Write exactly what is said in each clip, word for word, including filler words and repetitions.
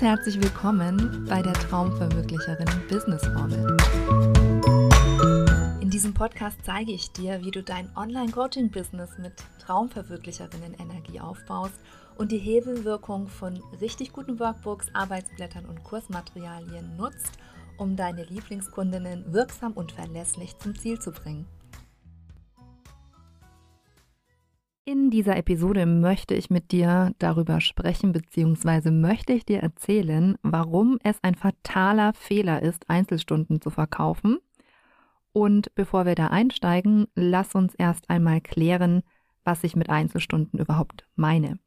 herzlich willkommen bei der Traumverwirklicherin Business Formel. In diesem Podcast zeige ich dir, wie du dein Online-Coaching-Business mit Traumverwirklicherinnen-Energie aufbaust und die Hebelwirkung von richtig guten Workbooks, Arbeitsblättern und Kursmaterialien nutzt, um deine Lieblingskundinnen wirksam und verlässlich zum Ziel zu bringen. In dieser Episode möchte ich mit dir darüber sprechen, beziehungsweise möchte ich dir erzählen, warum es ein fataler Fehler ist, Einzelstunden zu verkaufen. Und bevor wir da einsteigen, lass uns erst einmal klären, was ich mit Einzelstunden überhaupt meine.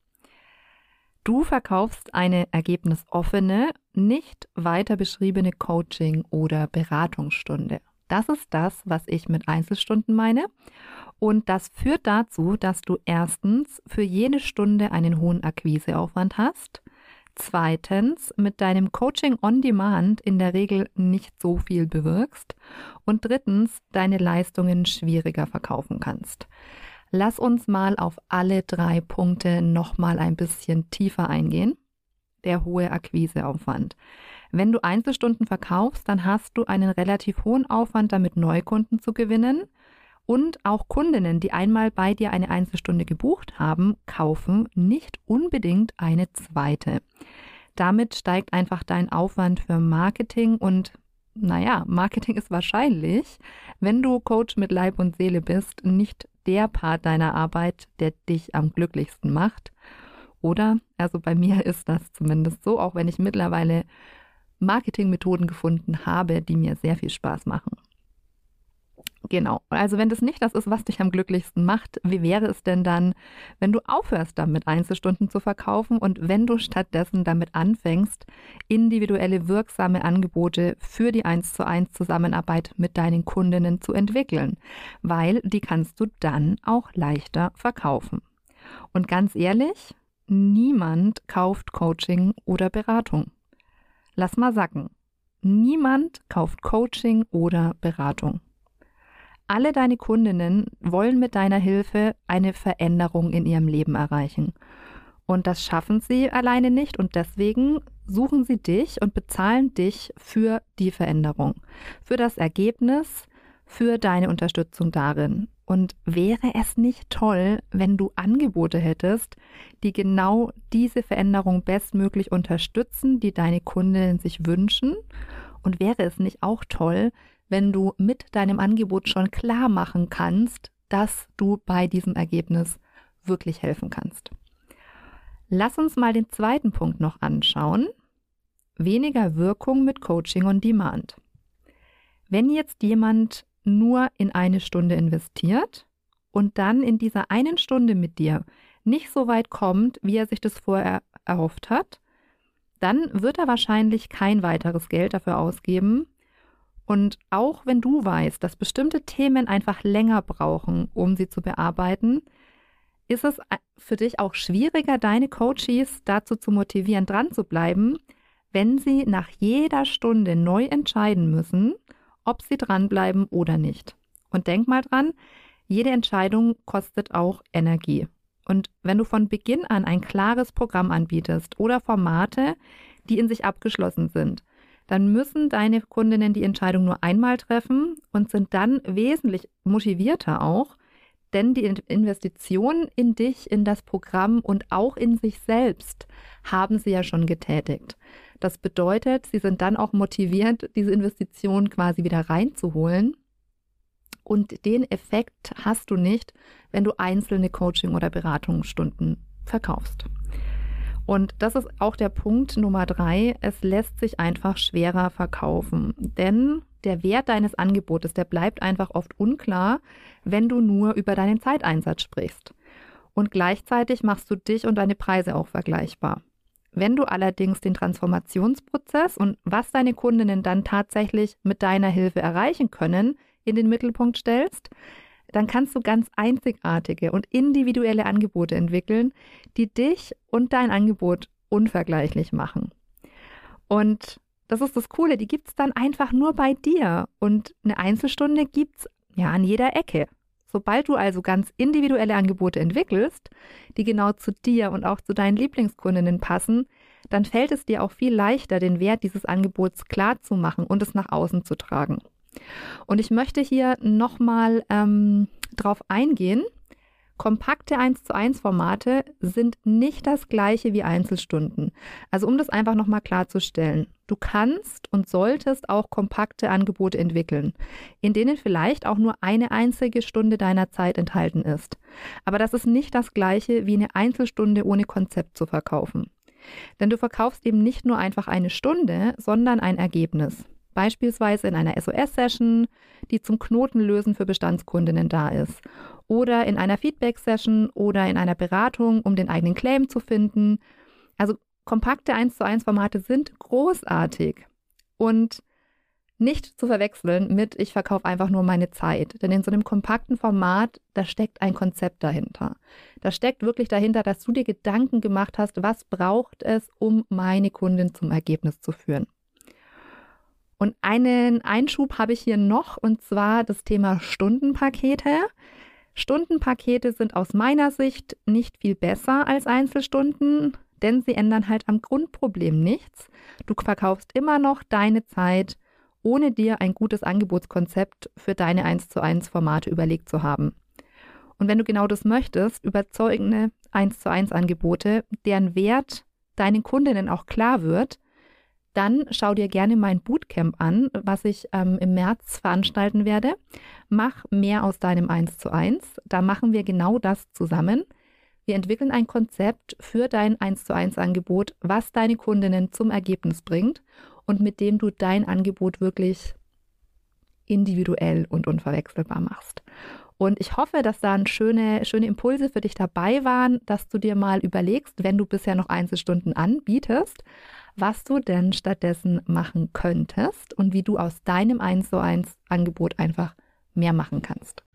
Du verkaufst eine ergebnisoffene, nicht weiter beschriebene Coaching- oder Beratungsstunde. Das ist das, was ich mit Einzelstunden meine. Und das führt dazu, dass du erstens für jede Stunde einen hohen Akquiseaufwand hast, zweitens mit deinem Coaching on Demand in der Regel nicht so viel bewirkst und drittens deine Leistungen schwieriger verkaufen kannst. Lass uns mal auf alle drei Punkte nochmal ein bisschen tiefer eingehen. Der hohe Akquiseaufwand. Wenn du Einzelstunden verkaufst, dann hast du einen relativ hohen Aufwand, damit Neukunden zu gewinnen. Und auch Kundinnen, die einmal bei dir eine Einzelstunde gebucht haben, kaufen nicht unbedingt eine zweite. Damit steigt einfach dein Aufwand für Marketing und naja, Marketing ist wahrscheinlich, wenn du Coach mit Leib und Seele bist, nicht der Part deiner Arbeit, der dich am glücklichsten macht. Oder, also bei mir ist das zumindest so, auch wenn ich mittlerweile Marketingmethoden gefunden habe, die mir sehr viel Spaß machen. Genau, also wenn das nicht das ist, was dich am glücklichsten macht, wie wäre es denn dann, wenn du aufhörst damit Einzelstunden zu verkaufen und wenn du stattdessen damit anfängst, individuelle wirksame Angebote für die eins zu eins Zusammenarbeit mit deinen Kundinnen zu entwickeln, weil die kannst du dann auch leichter verkaufen. Und ganz ehrlich, niemand kauft Coaching oder Beratung. Lass mal sacken. Niemand kauft Coaching oder Beratung. Alle deine Kundinnen wollen mit deiner Hilfe eine Veränderung in ihrem Leben erreichen. Und das schaffen sie alleine nicht und deswegen suchen sie dich und bezahlen dich für die Veränderung, für das Ergebnis, für deine Unterstützung darin. Und wäre es nicht toll, wenn du Angebote hättest, die genau diese Veränderung bestmöglich unterstützen, die deine Kundinnen sich wünschen? Und wäre es nicht auch toll, wenn du mit deinem Angebot schon klar machen kannst, dass du bei diesem Ergebnis wirklich helfen kannst? Lass uns mal den zweiten Punkt noch anschauen. Weniger Wirkung mit Coaching on Demand. Wenn jetzt jemand nur in eine Stunde investiert und dann in dieser einen Stunde mit dir nicht so weit kommt, wie er sich das vorher erhofft hat, dann wird er wahrscheinlich kein weiteres Geld dafür ausgeben. Und auch wenn du weißt, dass bestimmte Themen einfach länger brauchen, um sie zu bearbeiten, ist es für dich auch schwieriger, deine Coaches dazu zu motivieren, dran zu bleiben, wenn sie nach jeder Stunde neu entscheiden müssen, ob sie dranbleiben oder nicht. Und denk mal dran, jede Entscheidung kostet auch Energie. Und wenn du von Beginn an ein klares Programm anbietest oder Formate, die in sich abgeschlossen sind, dann müssen deine Kundinnen die Entscheidung nur einmal treffen und sind dann wesentlich motivierter auch, denn die Investition in dich, in das Programm und auch in sich selbst haben sie ja schon getätigt. Das bedeutet, sie sind dann auch motiviert, diese Investition quasi wieder reinzuholen. Und den Effekt hast du nicht, wenn du einzelne Coaching- oder Beratungsstunden verkaufst. Und das ist auch der Punkt Nummer drei. Es lässt sich einfach schwerer verkaufen, denn der Wert deines Angebotes, der bleibt einfach oft unklar, wenn du nur über deinen Zeiteinsatz sprichst. Und gleichzeitig machst du dich und deine Preise auch vergleichbar. Wenn du allerdings den Transformationsprozess und was deine Kundinnen dann tatsächlich mit deiner Hilfe erreichen können, in den Mittelpunkt stellst, dann kannst du ganz einzigartige und individuelle Angebote entwickeln, die dich und dein Angebot unvergleichlich machen. Und das ist das Coole, die gibt es dann einfach nur bei dir. Und eine Einzelstunde gibt es ja an jeder Ecke. Sobald du also ganz individuelle Angebote entwickelst, die genau zu dir und auch zu deinen Lieblingskundinnen passen, dann fällt es dir auch viel leichter, den Wert dieses Angebots klar zu machen und es nach außen zu tragen. Und ich möchte hier nochmal ähm, drauf eingehen. Kompakte eins zu eins Formate sind nicht das gleiche wie Einzelstunden. Also um das einfach nochmal klarzustellen. Du kannst und solltest auch kompakte Angebote entwickeln, in denen vielleicht auch nur eine einzige Stunde deiner Zeit enthalten ist. Aber das ist nicht das gleiche wie eine Einzelstunde ohne Konzept zu verkaufen. Denn du verkaufst eben nicht nur einfach eine Stunde, sondern ein Ergebnis. Beispielsweise in einer S O S-Session, die zum Knotenlösen für Bestandskundinnen da ist. Oder in einer Feedback-Session oder in einer Beratung, um den eigenen Claim zu finden. Also kompakte eins zu eins Formate sind großartig und nicht zu verwechseln mit, ich verkaufe einfach nur meine Zeit. Denn in so einem kompakten Format, da steckt ein Konzept dahinter. Da steckt wirklich dahinter, dass du dir Gedanken gemacht hast, was braucht es, um meine Kundin zum Ergebnis zu führen. Und einen Einschub habe ich hier noch, und zwar das Thema Stundenpakete. Stundenpakete sind aus meiner Sicht nicht viel besser als Einzelstunden, denn sie ändern halt am Grundproblem nichts. Du verkaufst immer noch deine Zeit, ohne dir ein gutes Angebotskonzept für deine eins zu eins Formate überlegt zu haben. Und wenn du genau das möchtest, überzeugende eins zu eins Angebote, deren Wert deinen Kundinnen auch klar wird, dann schau dir gerne mein Bootcamp an, was ich ähm, im März veranstalten werde. Mach mehr aus deinem eins zu eins. Da machen wir genau das zusammen. Wir entwickeln ein Konzept für dein eins zu eins Angebot, was deine Kundinnen zum Ergebnis bringt und mit dem du dein Angebot wirklich individuell und unverwechselbar machst. Und ich hoffe, dass da schöne, schöne Impulse für dich dabei waren, dass du dir mal überlegst, wenn du bisher noch Einzelstunden anbietest, was du denn stattdessen machen könntest und wie du aus deinem eins zu eins Angebot einfach mehr machen kannst.